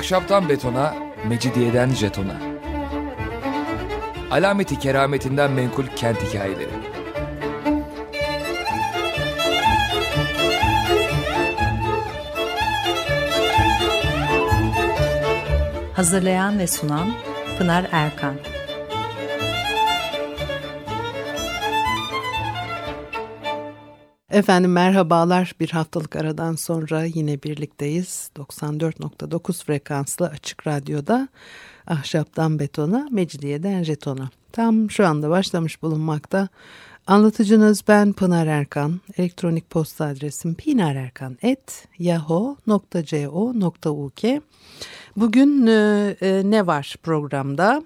Ahşaptan betona, mecidiyeden jetona. Alameti kerametinden menkul kent hikayeleri. Hazırlayan ve sunan Pınar Erkan. Efendim merhabalar, bir haftalık aradan sonra yine birlikteyiz. 94.9 frekanslı Açık Radyo'da Ahşaptan Betona, Mecidiyeden Jeton'a. Tam şu anda başlamış bulunmakta. Anlatıcınız ben Pınar Erkan. Elektronik posta adresim pinarerkan@yahoo.co.uk. Bugün ne var programda?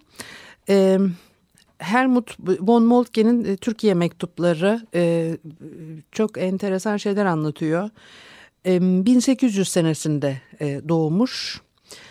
Helmut von Moltke'nin Türkiye mektupları çok enteresan şeyler anlatıyor. 1800 senesinde doğmuş.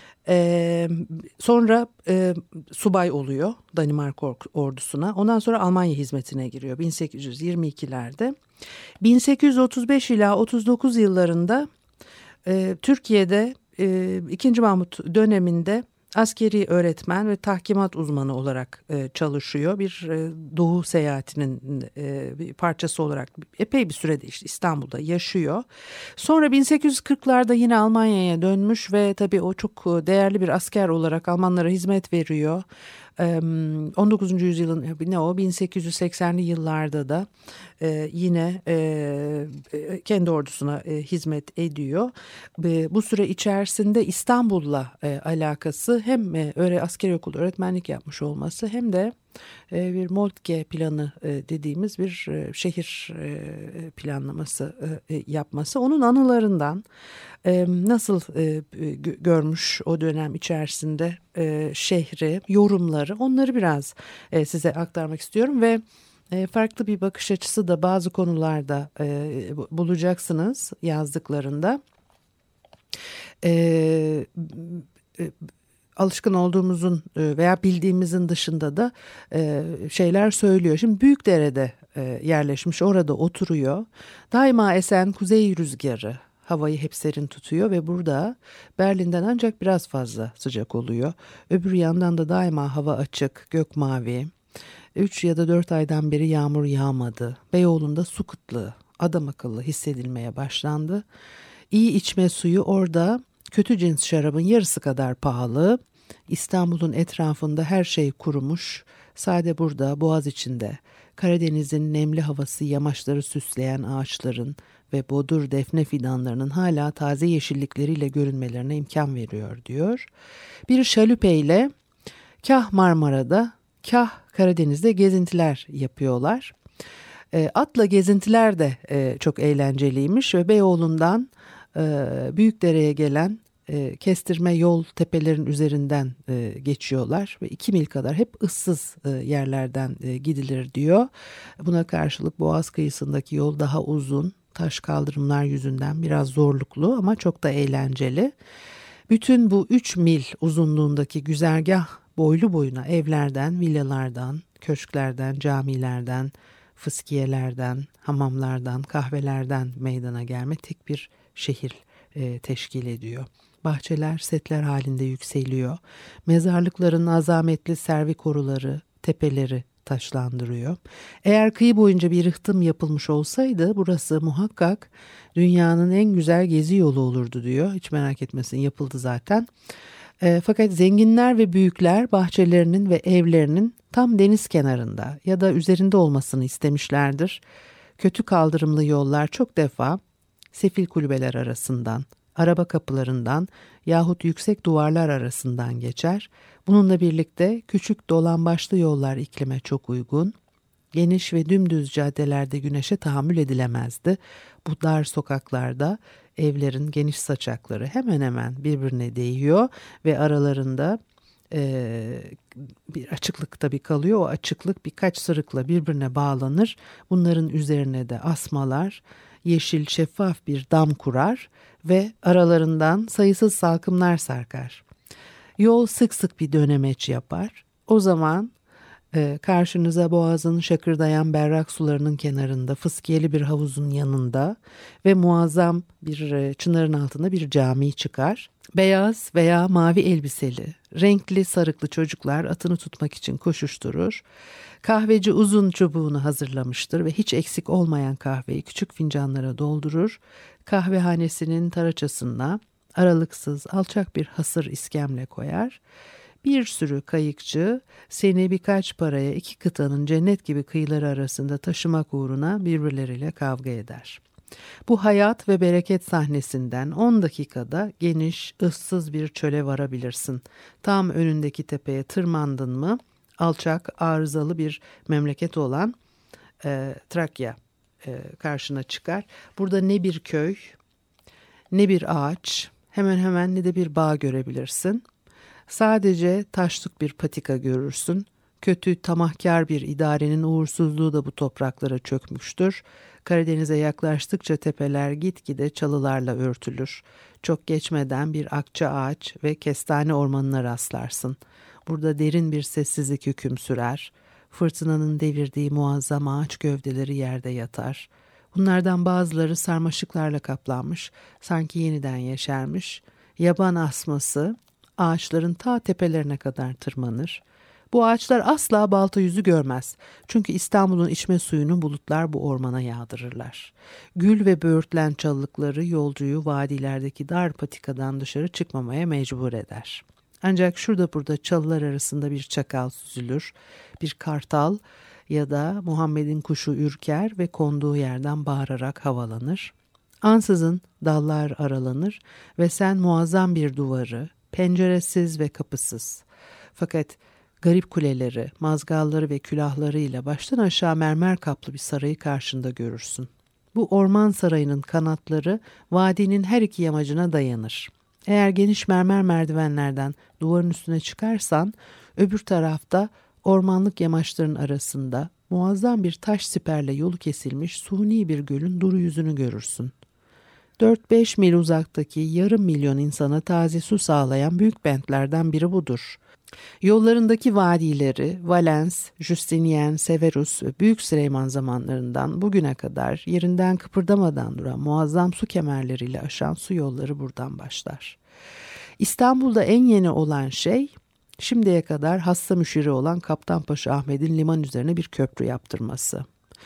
Sonra subay oluyor Danimarka ordusuna. Ondan sonra Almanya hizmetine giriyor 1822'lerde. 1835 ila 39 yıllarında Türkiye'de 2. Mahmut döneminde askeri öğretmen ve tahkimat uzmanı olarak çalışıyor. Bir doğu seyahatinin bir parçası olarak epey bir sürede işte İstanbul'da yaşıyor. Sonra 1840'larda yine Almanya'ya dönmüş ve tabii o çok değerli bir asker olarak Almanlara hizmet veriyor. 19. yüzyılın 1880'li yıllarda da yine kendi ordusuna hizmet ediyor. Bu süre içerisinde İstanbul'la alakası hem askeri okulda öğretmenlik yapmış olması hem de bir Moltke planı dediğimiz bir şehir planlaması yapması. Onun anılarından nasıl görmüş o dönem içerisinde şehri, yorumları, onları biraz size aktarmak istiyorum ve farklı bir bakış açısı da bazı konularda bulacaksınız yazdıklarında. Alışkın olduğumuzun veya bildiğimizin dışında da şeyler söylüyor. Şimdi Büyükdere'de yerleşmiş, orada oturuyor. Daima esen kuzey rüzgarı havayı hep serin tutuyor ve burada Berlin'den ancak biraz fazla sıcak oluyor. Öbür yandan da daima hava açık, gök mavi. 3 ya da 4 aydan beri yağmur yağmadı. Beyoğlu'nda su kıtlığı adam akıllı hissedilmeye başlandı. İyi içme suyu orada kötü cins şarabın yarısı kadar pahalı. İstanbul'un etrafında her şey kurumuş. Sade burada, Boğaz içinde, Karadeniz'in nemli havası yamaçları süsleyen ağaçların ve bodur defne fidanlarının hala taze yeşillikleriyle görünmelerine imkan veriyor diyor. Bir şalüpeyle kah Marmara'da, kah Karadeniz'de gezintiler yapıyorlar. Atla gezintiler de çok eğlenceliymiş ve Beyoğlu'ndan Büyükdere'ye gelen kestirme yol tepelerin üzerinden geçiyorlar ve 2 mil kadar hep ıssız yerlerden gidilir diyor. Buna karşılık Boğaz kıyısındaki yol daha uzun, taş kaldırımlar yüzünden biraz zorluklu ama çok da eğlenceli. Bütün bu 3 mil uzunluğundaki güzergah boylu boyuna evlerden, villalardan, köşklerden, camilerden, fıskiyelerden, hamamlardan, kahvelerden meydana gelme tek bir şehir teşkil ediyor. Bahçeler setler halinde yükseliyor. Mezarlıkların azametli servi koruları, tepeleri taşlandırıyor. Eğer kıyı boyunca bir rıhtım yapılmış olsaydı burası muhakkak dünyanın en güzel gezi yolu olurdu diyor. Hiç merak etmesin, yapıldı zaten. Fakat zenginler ve büyükler bahçelerinin ve evlerinin tam deniz kenarında ya da üzerinde olmasını istemişlerdir. Kötü kaldırımlı yollar çok defa sefil kulübeler arasından, araba kapılarından yahut yüksek duvarlar arasından geçer. Bununla birlikte küçük dolambaçlı yollar iklime çok uygun. Geniş ve dümdüz caddelerde güneşe tahammül edilemezdi. Bu dar sokaklarda evlerin geniş saçakları hemen hemen birbirine değiyor ve aralarında bir açıklık tabii kalıyor. O açıklık birkaç sırıkla birbirine bağlanır. Bunların üzerine de asmalar, yeşil şeffaf bir dam kurar ve aralarından sayısız salkımlar sarkar. Yol sık sık bir dönemeç yapar. O zaman karşınıza Boğaz'ın şakırdayan berrak sularının kenarında, fıskiyeli bir havuzun yanında ve muazzam bir çınarın altında bir cami çıkar. Beyaz veya mavi elbiseli, renkli sarıklı çocuklar atını tutmak için koşuşturur. Kahveci uzun çubuğunu hazırlamıştır ve hiç eksik olmayan kahveyi küçük fincanlara doldurur. Kahvehanesinin taraçasına aralıksız alçak bir hasır iskemle koyar. Bir sürü kayıkçı seni birkaç paraya iki kıtanın cennet gibi kıyıları arasında taşımak uğruna birbirleriyle kavga eder. Bu hayat ve bereket sahnesinden 10 dakikada geniş, ıssız bir çöle varabilirsin. Tam önündeki tepeye tırmandın mı alçak, arızalı bir memleket olan Trakya karşına çıkar. Burada ne bir köy, ne bir ağaç, hemen hemen ne de bir bağ görebilirsin. Sadece taşlık bir patika görürsün. Kötü, tamahkar bir idarenin uğursuzluğu da bu topraklara çökmüştür. Karadeniz'e yaklaştıkça tepeler gitgide çalılarla örtülür. Çok geçmeden bir akça ağaç ve kestane ormanına rastlarsın. Burada derin bir sessizlik hüküm sürer. Fırtınanın devirdiği muazzam ağaç gövdeleri yerde yatar. Bunlardan bazıları sarmaşıklarla kaplanmış, sanki yeniden yeşermiş. Yaban asması ağaçların ta tepelerine kadar tırmanır. Bu ağaçlar asla balta yüzü görmez. Çünkü İstanbul'un içme suyunu bulutlar bu ormana yağdırırlar. Gül ve böğürtlen çalılıkları yolcuyu vadilerdeki dar patikadan dışarı çıkmamaya mecbur eder. Ancak şurada burada çalılar arasında bir çakal süzülür, bir kartal ya da Muhammed'in kuşu ürker ve konduğu yerden bağırarak havalanır. Ansızın dallar aralanır ve sen muazzam bir duvarı, penceresiz ve kapısız, fakat garip kuleleri, mazgalları ve külahlarıyla baştan aşağı mermer kaplı bir sarayı karşında görürsün. Bu orman sarayının kanatları vadinin her iki yamacına dayanır. Eğer geniş mermer merdivenlerden duvarın üstüne çıkarsan, öbür tarafta ormanlık yamaçların arasında muazzam bir taş siperle yolu kesilmiş suni bir gölün duru yüzünü görürsün. 4-5 mil uzaktaki yarım milyon insana taze su sağlayan büyük bentlerden biri budur. Yollarındaki vadileri Valens, Justinian, Severus ve Büyük Süleyman zamanlarından bugüne kadar yerinden kıpırdamadan duran muazzam su kemerleriyle aşan su yolları buradan başlar. İstanbul'da en yeni olan şey, şimdiye kadar hassa müşiri olan Kaptanpaşa Ahmet'in liman üzerine bir köprü yaptırması.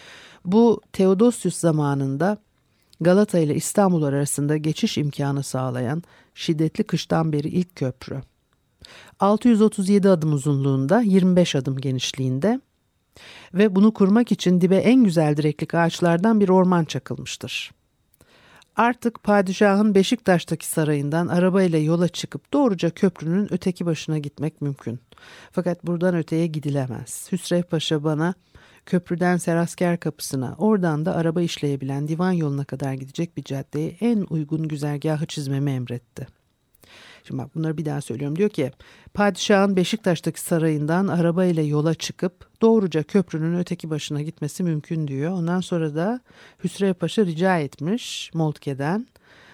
Bu Theodosius zamanında Galata ile İstanbul arasında geçiş imkanı sağlayan şiddetli kıştan beri ilk köprü. 637 adım uzunluğunda, 25 adım genişliğinde ve bunu kurmak için dibe en güzel direklik ağaçlardan bir orman çakılmıştır. Artık padişahın Beşiktaş'taki sarayından arabayla yola çıkıp doğruca köprünün öteki başına gitmek mümkün. Fakat buradan öteye gidilemez. Hüsrev Paşa bana köprüden Serasker Kapısı'na, oradan da araba işleyebilen divan yoluna kadar gidecek bir caddeye en uygun güzergahı çizmemi emretti. Şimdi bak, bunları bir daha söylüyorum. Diyor ki, padişahın Beşiktaş'taki sarayından arabayla yola çıkıp doğruca köprünün öteki başına gitmesi mümkün diyor. Ondan sonra da Hüsrev Paşa rica etmiş Moltke'den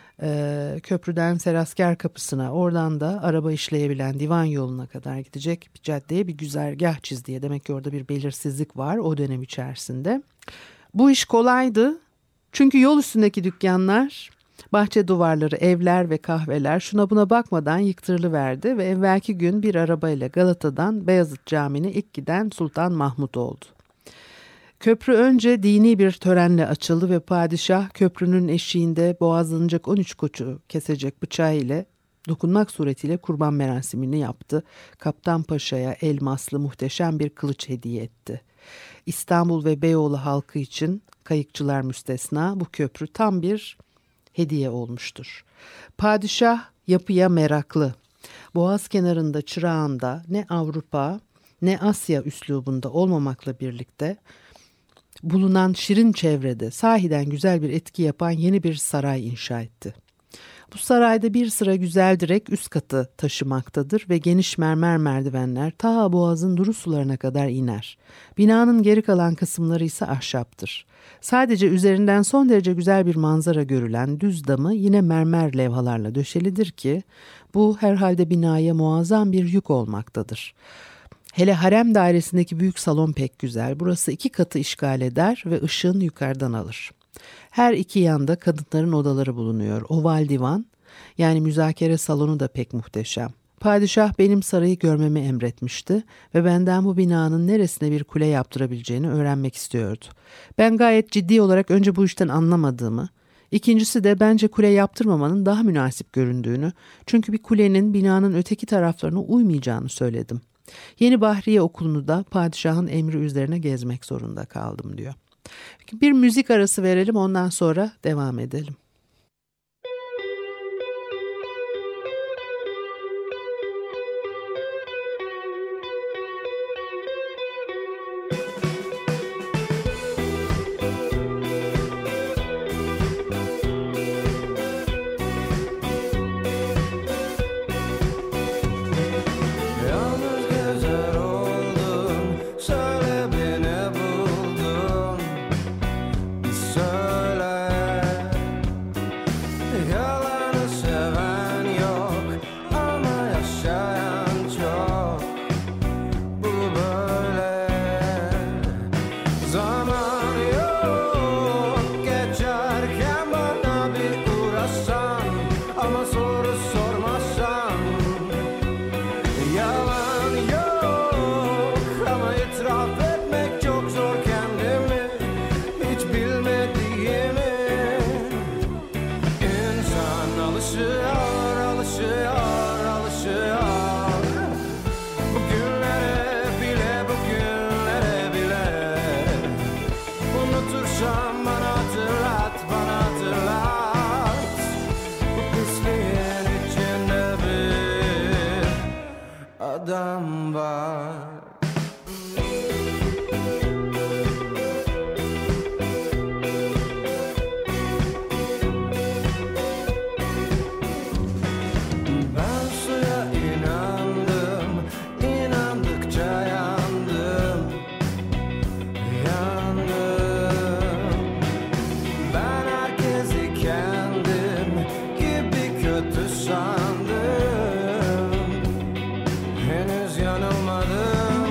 köprüden Serasker Kapısı'na, oradan da araba işleyebilen divan yoluna kadar gidecek bir caddeye bir güzergah çiz diye. Demek ki orada bir belirsizlik var o dönem içerisinde. Bu iş kolaydı. Çünkü yol üstündeki dükkanlar, bahçe duvarları, evler ve kahveler şuna buna bakmadan yıktırılıverdi ve evvelki gün bir arabayla Galata'dan Beyazıt Camii'ne ilk giden Sultan Mahmud oldu. Köprü önce dini bir törenle açıldı ve padişah köprünün eşiğinde boğazlanacak 13 koçu kesecek bıçağı ile dokunmak suretiyle kurban merasimini yaptı. Kaptan Paşa'ya elmaslı muhteşem bir kılıç hediye etti. İstanbul ve Beyoğlu halkı için, kayıkçılar müstesna, bu köprü tam bir hediye olmuştur. Padişah yapıya meraklı. Boğaz kenarında çırağında ne Avrupa ne Asya üslubunda olmamakla birlikte bulunan şirin çevrede sahiden güzel bir etki yapan yeni bir saray inşa etti. Bu sarayda bir sıra güzel direk üst katı taşımaktadır ve geniş mermer merdivenler ta boğazın duru sularına kadar iner. Binanın geri kalan kısımları ise ahşaptır. Sadece üzerinden son derece güzel bir manzara görülen düz damı yine mermer levhalarla döşelidir ki bu herhalde binaya muazzam bir yük olmaktadır. Hele harem dairesindeki büyük salon pek güzel. Burası 2 katı işgal eder ve ışığını yukarıdan alır. Her iki yanda kadınların odaları bulunuyor. Oval divan, Yani müzakere salonu da pek muhteşem. Padişah benim sarayı görmemi emretmişti ve benden bu binanın neresine bir kule yaptırabileceğini öğrenmek istiyordu. Ben gayet ciddi olarak önce bu işten anlamadığımı, ikincisi de bence kule yaptırmamanın daha münasip göründüğünü, çünkü bir kulenin binanın öteki taraflarına uymayacağını söyledim. Yeni Bahriye Okulu'nu da padişahın emri üzerine gezmek zorunda kaldım diyor. Bir müzik arası verelim, ondan sonra devam edelim. Adam var. Ben suya inandım, inandıkça yandım, yandım. Ben herkesi kendim gibi kötü sandım. Henüz yanılmadım.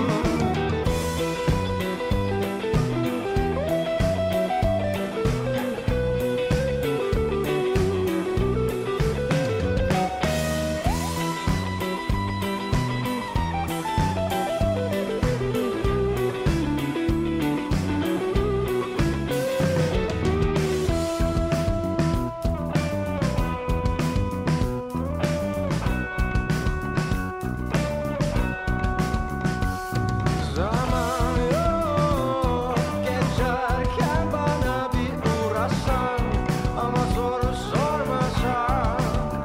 Zaman yok, geçerken bana bir uğraşsan, ama soru sormasan.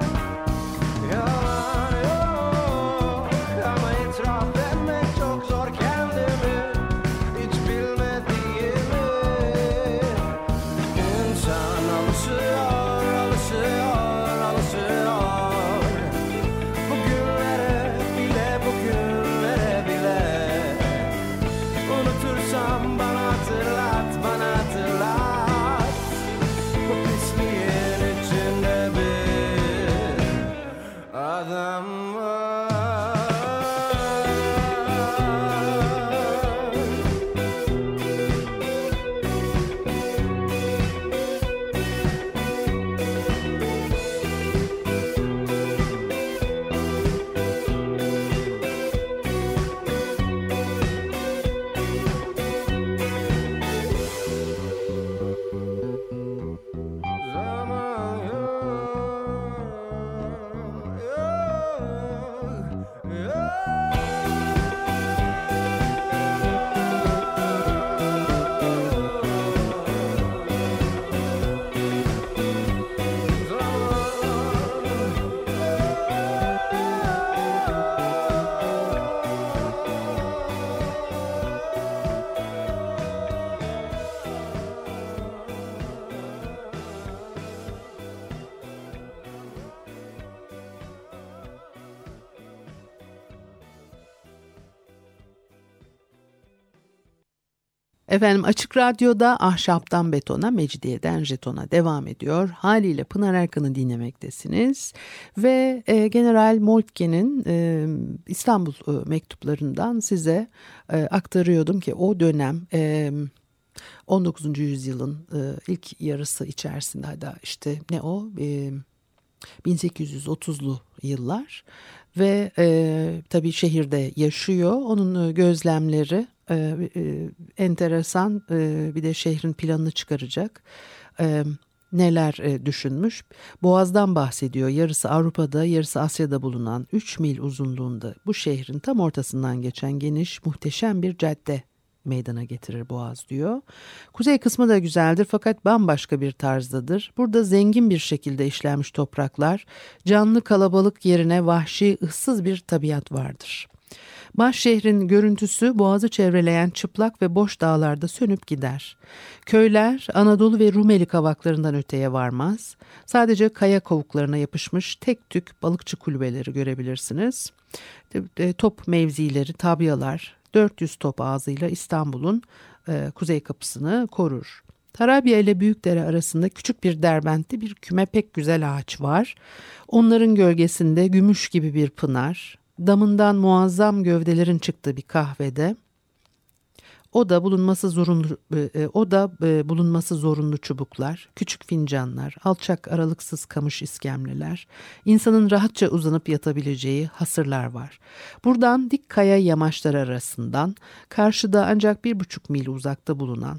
Yalan yok, ama itiraf etmek çok zor kendimi, hiç bilmediğimi. İnsan alışıyor, alışıyor, alışıyor. Bugünlere bile, bugünlere bile. Unutursam bana hatırlat, bana hatırlat. Bu pisliğin içinde bir adam var. Zaman yok, Efendim, Açık Radyo'da Ahşaptan Betona, Mecidiyeden Jeton'a devam ediyor. Haliyle Pınar Erkan'ı dinlemektesiniz. Ve General Moltke'nin İstanbul mektuplarından size aktarıyordum ki o dönem 19. yüzyılın ilk yarısı içerisinde, hatta işte 1830'lu yıllar ve tabii şehirde yaşıyor. Onun gözlemleri enteresan, bir de şehrin planını çıkaracak. Neler düşünmüş? Boğaz'dan bahsediyor. Yarısı Avrupa'da, yarısı Asya'da bulunan 3 mil uzunluğunda bu şehrin tam ortasından geçen geniş, muhteşem bir cadde meydana getirir Boğaz diyor. Kuzey kısmı da güzeldir fakat bambaşka bir tarzdadır. Burada zengin bir şekilde işlenmiş topraklar, canlı kalabalık yerine vahşi, ıssız bir tabiat vardır. Baş şehrin görüntüsü Boğaz'ı çevreleyen çıplak ve boş dağlarda sönüp gider. Köyler Anadolu ve Rumeli kavaklarından öteye varmaz. Sadece kaya kovuklarına yapışmış tek tük balıkçı kulübeleri görebilirsiniz. Top mevzileri, tabyalar, 400 top ağzıyla İstanbul'un kuzey kapısını korur. Tarabya ile Büyükdere arasında küçük bir derbentte bir küme pek güzel ağaç var. Onların gölgesinde gümüş gibi bir pınar, damından muazzam gövdelerin çıktığı bir kahvede, o da bulunması zorunlu çubuklar, küçük fincanlar, alçak aralıksız kamış iskemleler, insanın rahatça uzanıp yatabileceği hasırlar var. Buradan dik kaya yamaçları arasından karşıda ancak 1,5 mil uzakta bulunan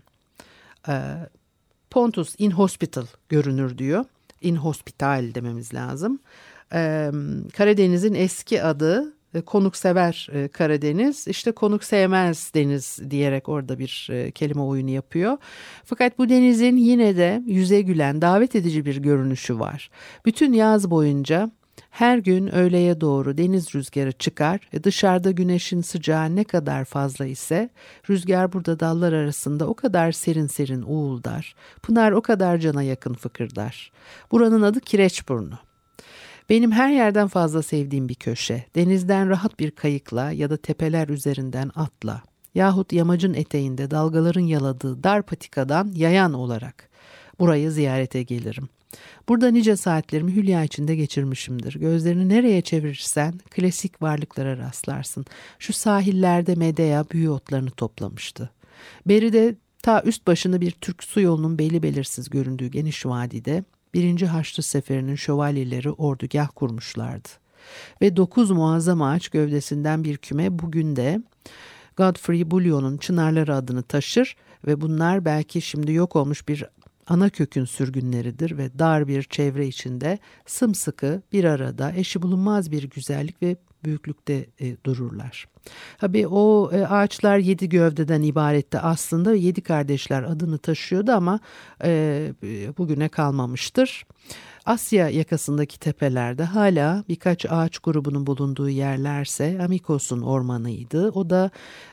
Pontus Inhospital görünür diyor. Inhospital dememiz lazım. Karadeniz'in eski adı konuksever Karadeniz, işte konuk sevmez deniz diyerek orada bir kelime oyunu yapıyor. Fakat bu denizin yine de yüze gülen, davet edici bir görünüşü var. Bütün yaz boyunca her gün öğleye doğru deniz rüzgarı çıkar. Dışarıda güneşin sıcağı ne kadar fazla ise rüzgar burada dallar arasında o kadar serin serin uğuldar. Pınar o kadar cana yakın fıkırdar. Buranın adı Kireçburnu. Benim her yerden fazla sevdiğim bir köşe. Denizden rahat bir kayıkla ya da tepeler üzerinden atla. Yahut yamacın eteğinde dalgaların yaladığı dar patikadan yayan olarak burayı ziyarete gelirim. Burada nice saatlerimi hülya içinde geçirmişimdir. Gözlerini nereye çevirirsen klasik varlıklara rastlarsın. Şu sahillerde Medea büyü otlarını toplamıştı. Beri'de ta üst başını bir Türk su yolunun belli belirsiz göründüğü geniş vadide 1. Haçlı Seferi'nin şövalyeleri ordugah kurmuşlardı. Ve 9 muazzam ağaç gövdesinden bir küme bugün de Godfrey Bullion'un Çınarları adını taşır ve bunlar belki şimdi yok olmuş bir ana kökün sürgünleridir ve dar bir çevre içinde sımsıkı bir arada eşi bulunmaz bir güzellik ve büyüklükte dururlar. Tabii o ağaçlar 7 gövdeden ibaretti aslında. 7 kardeşler adını taşıyordu ama bugüne kalmamıştır. Asya yakasındaki tepelerde hala birkaç ağaç grubunun bulunduğu yerlerse Amikos'un ormanıydı. O da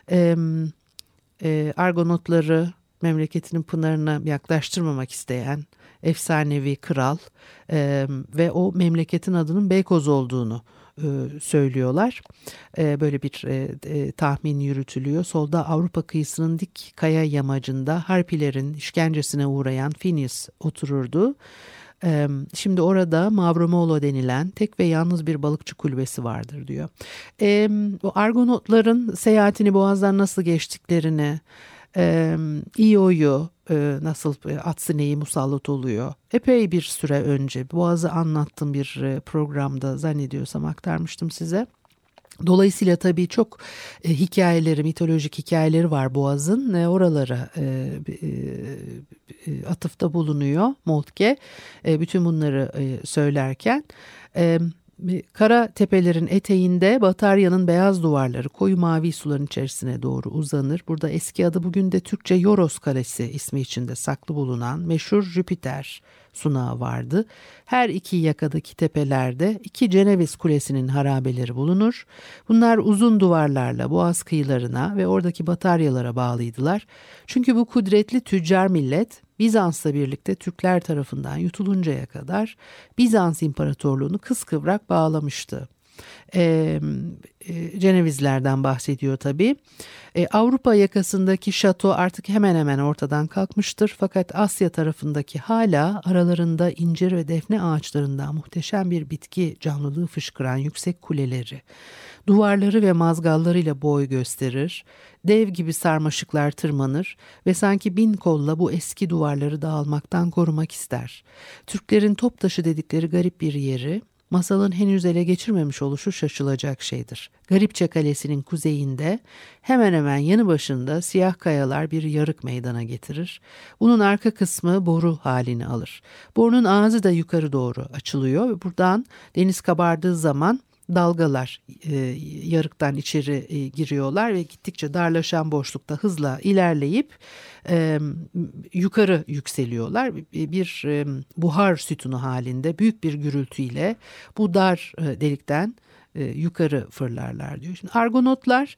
Argonotları memleketinin pınarına yaklaştırmamak isteyen efsanevi kral ve o memleketin adının Beykoz olduğunu söylüyorlar. Böyle bir tahmin yürütülüyor. Solda Avrupa kıyısının dik kaya yamacında Harpilerin işkencesine uğrayan Phineas otururdu. Şimdi orada Mavromolo denilen tek ve yalnız bir balıkçı kulübesi vardır diyor. O Argonotların seyahatini Boğaz'dan nasıl geçtiklerini, İyo'yu nasıl at sineği musallat oluyor. Epey bir süre önce Boğaz'ı anlattığım bir programda zannediyorsam aktarmıştım size. Dolayısıyla tabii çok hikayeleri, mitolojik hikayeleri var Boğaz'ın. Oralara atıfta bulunuyor Moltke. Bütün bunları söylerken. Kara tepelerin eteğinde Batarya'nın beyaz duvarları koyu mavi suların içerisine doğru uzanır. Burada eski adı bugün de Türkçe Yoros Kalesi ismi içinde saklı bulunan meşhur Jüpiter sunağı vardı. Her iki yakadaki tepelerde 2 Ceneviz Kulesi'nin harabeleri bulunur. Bunlar uzun duvarlarla Boğaz kıyılarına ve oradaki bataryalara bağlıydılar. Çünkü bu kudretli tüccar millet Bizans'la birlikte Türkler tarafından yutuluncaya kadar Bizans İmparatorluğunu kıskıvrak bağlamıştı. Cenevizlerden bahsediyor tabii. Avrupa yakasındaki şato artık hemen hemen ortadan kalkmıştır. Fakat Asya tarafındaki hala aralarında incir ve defne ağaçlarından muhteşem bir bitki canlılığı fışkıran yüksek kuleleri, duvarları ve mazgallarıyla boy gösterir, dev gibi sarmaşıklar tırmanır ve sanki 1000 kolla bu eski duvarları dağılmaktan korumak ister. Türklerin Toptaşı dedikleri garip bir yeri, masalın henüz ele geçirmemiş oluşu şaşılacak şeydir. Garipçe Kalesi'nin kuzeyinde hemen hemen yanı başında siyah kayalar bir yarık meydana getirir. Bunun arka kısmı boru halini alır. Borunun ağzı da yukarı doğru açılıyor ve buradan deniz kabardığı zaman dalgalar yarıktan içeri giriyorlar ve gittikçe darlaşan boşlukta hızla ilerleyip yukarı yükseliyorlar. Bir buhar sütunu halinde büyük bir gürültüyle bu dar delikten yukarı fırlarlar diyor. Şimdi Argonotlar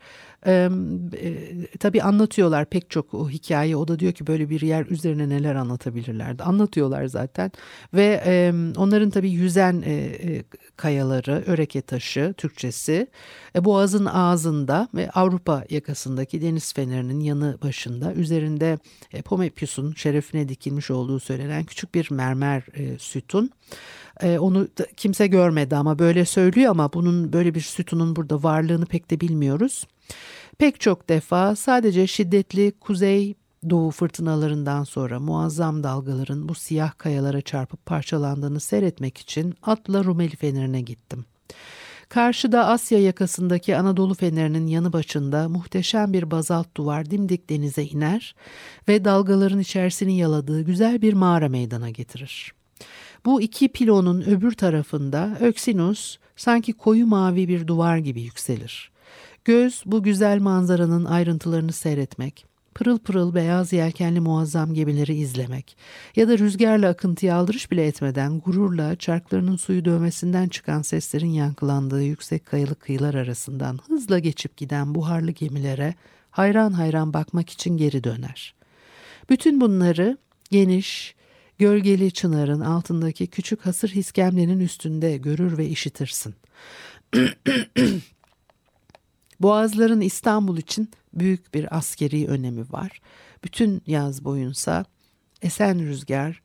tabii anlatıyorlar pek çok o hikaye. O da diyor ki böyle bir yer üzerine neler anlatabilirlerdi. Anlatıyorlar zaten ve onların tabii yüzen kayaları, öreke taşı Türkçesi boğazın ağzında ve Avrupa yakasındaki deniz fenerinin yanı başında üzerinde Pomepius'un şerefine dikilmiş olduğu söylenen küçük bir mermer sütun. Onu kimse görmedi ama böyle söylüyor ama bunun böyle bir sütunun burada varlığını pek de bilmiyoruz. Pek çok defa sadece şiddetli kuzey doğu fırtınalarından sonra muazzam dalgaların bu siyah kayalara çarpıp parçalandığını seyretmek için atla Rumeli Feneri'ne gittim. Karşıda Asya yakasındaki Anadolu Feneri'nin yanı başında muhteşem bir bazalt duvar dimdik denize iner ve dalgaların içerisini yaladığı güzel bir mağara meydana getirir. Bu iki pilonun öbür tarafında Öksinus sanki koyu mavi bir duvar gibi yükselir. Göz bu güzel manzaranın ayrıntılarını seyretmek, pırıl pırıl beyaz yelkenli muazzam gemileri izlemek ya da rüzgarla akıntıya aldırış bile etmeden gururla çarklarının suyu dövmesinden çıkan seslerin yankılandığı yüksek kayalı kıyılar arasından hızla geçip giden buharlı gemilere hayran hayran bakmak için geri döner. Bütün bunları geniş, gölgeli çınarın altındaki küçük hasır iskemlenin üstünde görür ve işitirsin. Boğazların İstanbul için büyük bir askeri önemi var. Bütün yaz boyunca esen rüzgar,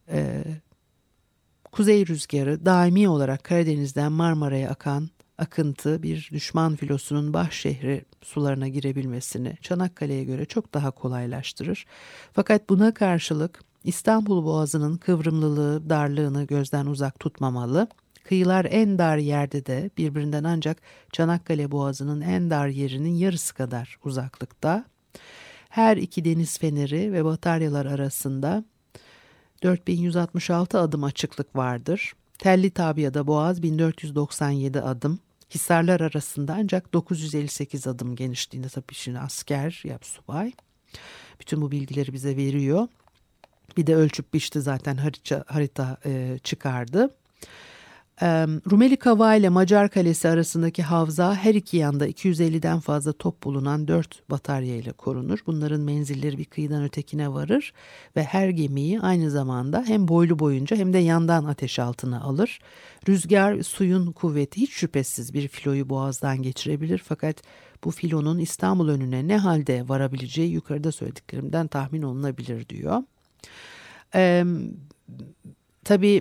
kuzey rüzgarı daimi olarak Karadeniz'den Marmara'ya akan akıntı bir düşman filosunun baş şehri sularına girebilmesini Çanakkale'ye göre çok daha kolaylaştırır. Fakat buna karşılık İstanbul Boğazı'nın kıvrımlılığı, darlığını gözden uzak tutmamalı. Kıyılar en dar yerde de birbirinden ancak Çanakkale Boğazı'nın en dar yerinin yarısı kadar uzaklıkta. Her iki deniz feneri ve bataryalar arasında 4166 adım açıklık vardır. Telli Tabiya'da Boğaz 1497 adım. Hisarlar arasında ancak 958 adım genişliğinde, tabii şimdi asker ya subay. Bütün bu bilgileri bize veriyor. Bir de ölçüp biçti zaten harita çıkardı. Rumeli Kavağı ile Macar Kalesi arasındaki havza her iki yanda 250'den fazla top bulunan 4 batarya ile korunur. Bunların menzilleri bir kıyıdan ötekine varır ve her gemiyi aynı zamanda hem boylu boyunca hem de yandan ateş altına alır. Rüzgar, suyun kuvveti hiç şüphesiz bir filoyu boğazdan geçirebilir fakat bu filonun İstanbul önüne ne halde varabileceği yukarıda söylediklerimden tahmin olunabilir diyor. Tabii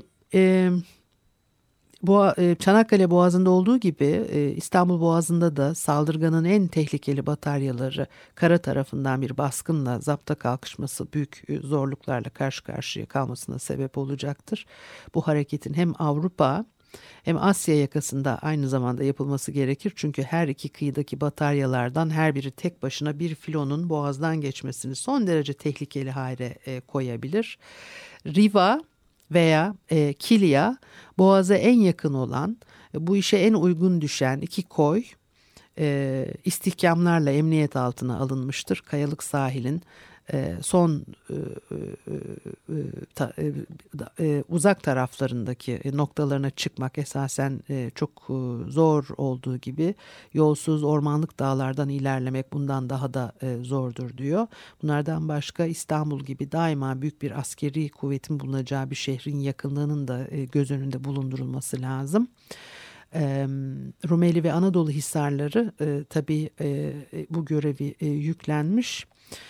Çanakkale Boğazı'nda olduğu gibi İstanbul Boğazı'nda da saldırganın en tehlikeli bataryaları kara tarafından bir baskınla zapta kalkışması büyük zorluklarla karşı karşıya kalmasına sebep olacaktır. Bu hareketin hem Avrupa hem Asya yakasında aynı zamanda yapılması gerekir. Çünkü her iki kıyıdaki bataryalardan her biri tek başına bir filonun boğazdan geçmesini son derece tehlikeli hale koyabilir. Riva veya Kilia boğaza en yakın olan, bu işe en uygun düşen iki koy istihkamlarla emniyet altına alınmıştır. Kayalık sahilin son uzak taraflarındaki noktalarına çıkmak esasen çok zor olduğu gibi yolsuz ormanlık dağlardan ilerlemek bundan daha da zordur diyor. Bunlardan başka İstanbul gibi daima büyük bir askeri kuvvetin bulunacağı bir şehrin yakınlığının da göz önünde bulundurulması lazım. Rumeli ve Anadolu Hisarları tabii bu görevi yüklenmiş.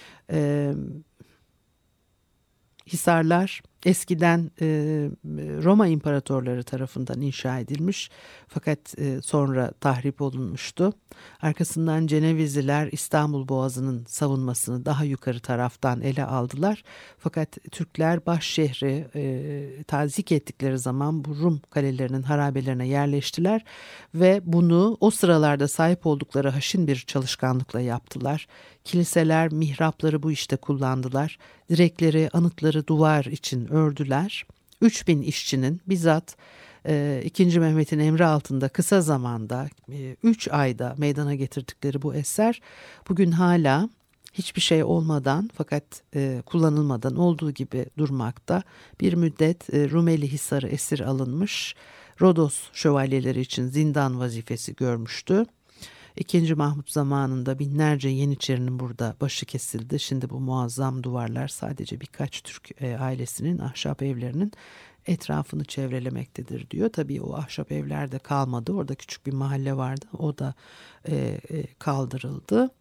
Hisarlar eskiden Roma imparatorları tarafından inşa edilmiş fakat sonra tahrip olunmuştu. Arkasından Cenevizliler İstanbul Boğazı'nın savunmasını daha yukarı taraftan ele aldılar. Fakat Türkler başşehri tazik ettikleri zaman bu Rum kalelerinin harabelerine yerleştiler ve bunu o sıralarda sahip oldukları haşin bir çalışkanlıkla yaptılar. Kiliseler, mihrapları bu işte kullandılar. Direkleri, anıtları duvar için ördüler. 3000 işçinin bizzat 2. Mehmet'in emri altında kısa zamanda 3 ayda meydana getirdikleri bu eser bugün hala hiçbir şey olmadan fakat kullanılmadan olduğu gibi durmakta. Bir müddet Rumeli Hisarı esir alınmış, Rodos şövalyeleri için zindan vazifesi görmüştü. 2. Mahmut zamanında binlerce Yeniçerinin burada başı kesildi. Şimdi bu muazzam duvarlar sadece birkaç Türk ailesinin ahşap evlerinin etrafını çevrelemektedir diyor. Tabii o ahşap evler de kalmadı. Orada küçük bir mahalle vardı. O da kaldırıldı.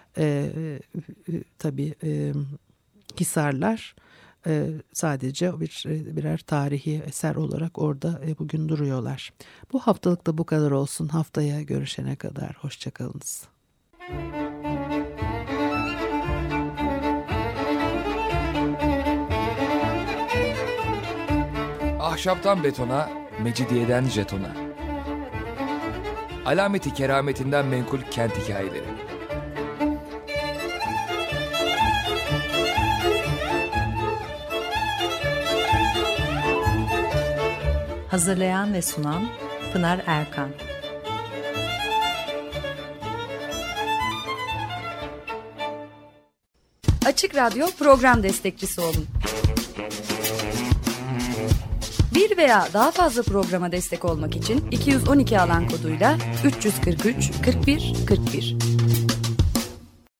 Tabii Hisarlar sadece birer tarihi eser olarak orada bugün duruyorlar. Bu haftalık da bu kadar olsun. Haftaya görüşene kadar hoşçakalınız. Ahşaptan betona, mecidiyeden jetona. Alameti kerametinden menkul kent hikayeleri. Hazırlayan ve sunan Pınar Erkan. Açık Radyo program destekçisi olun. Bir veya daha fazla programa destek olmak için 212 alan koduyla 343 41 41.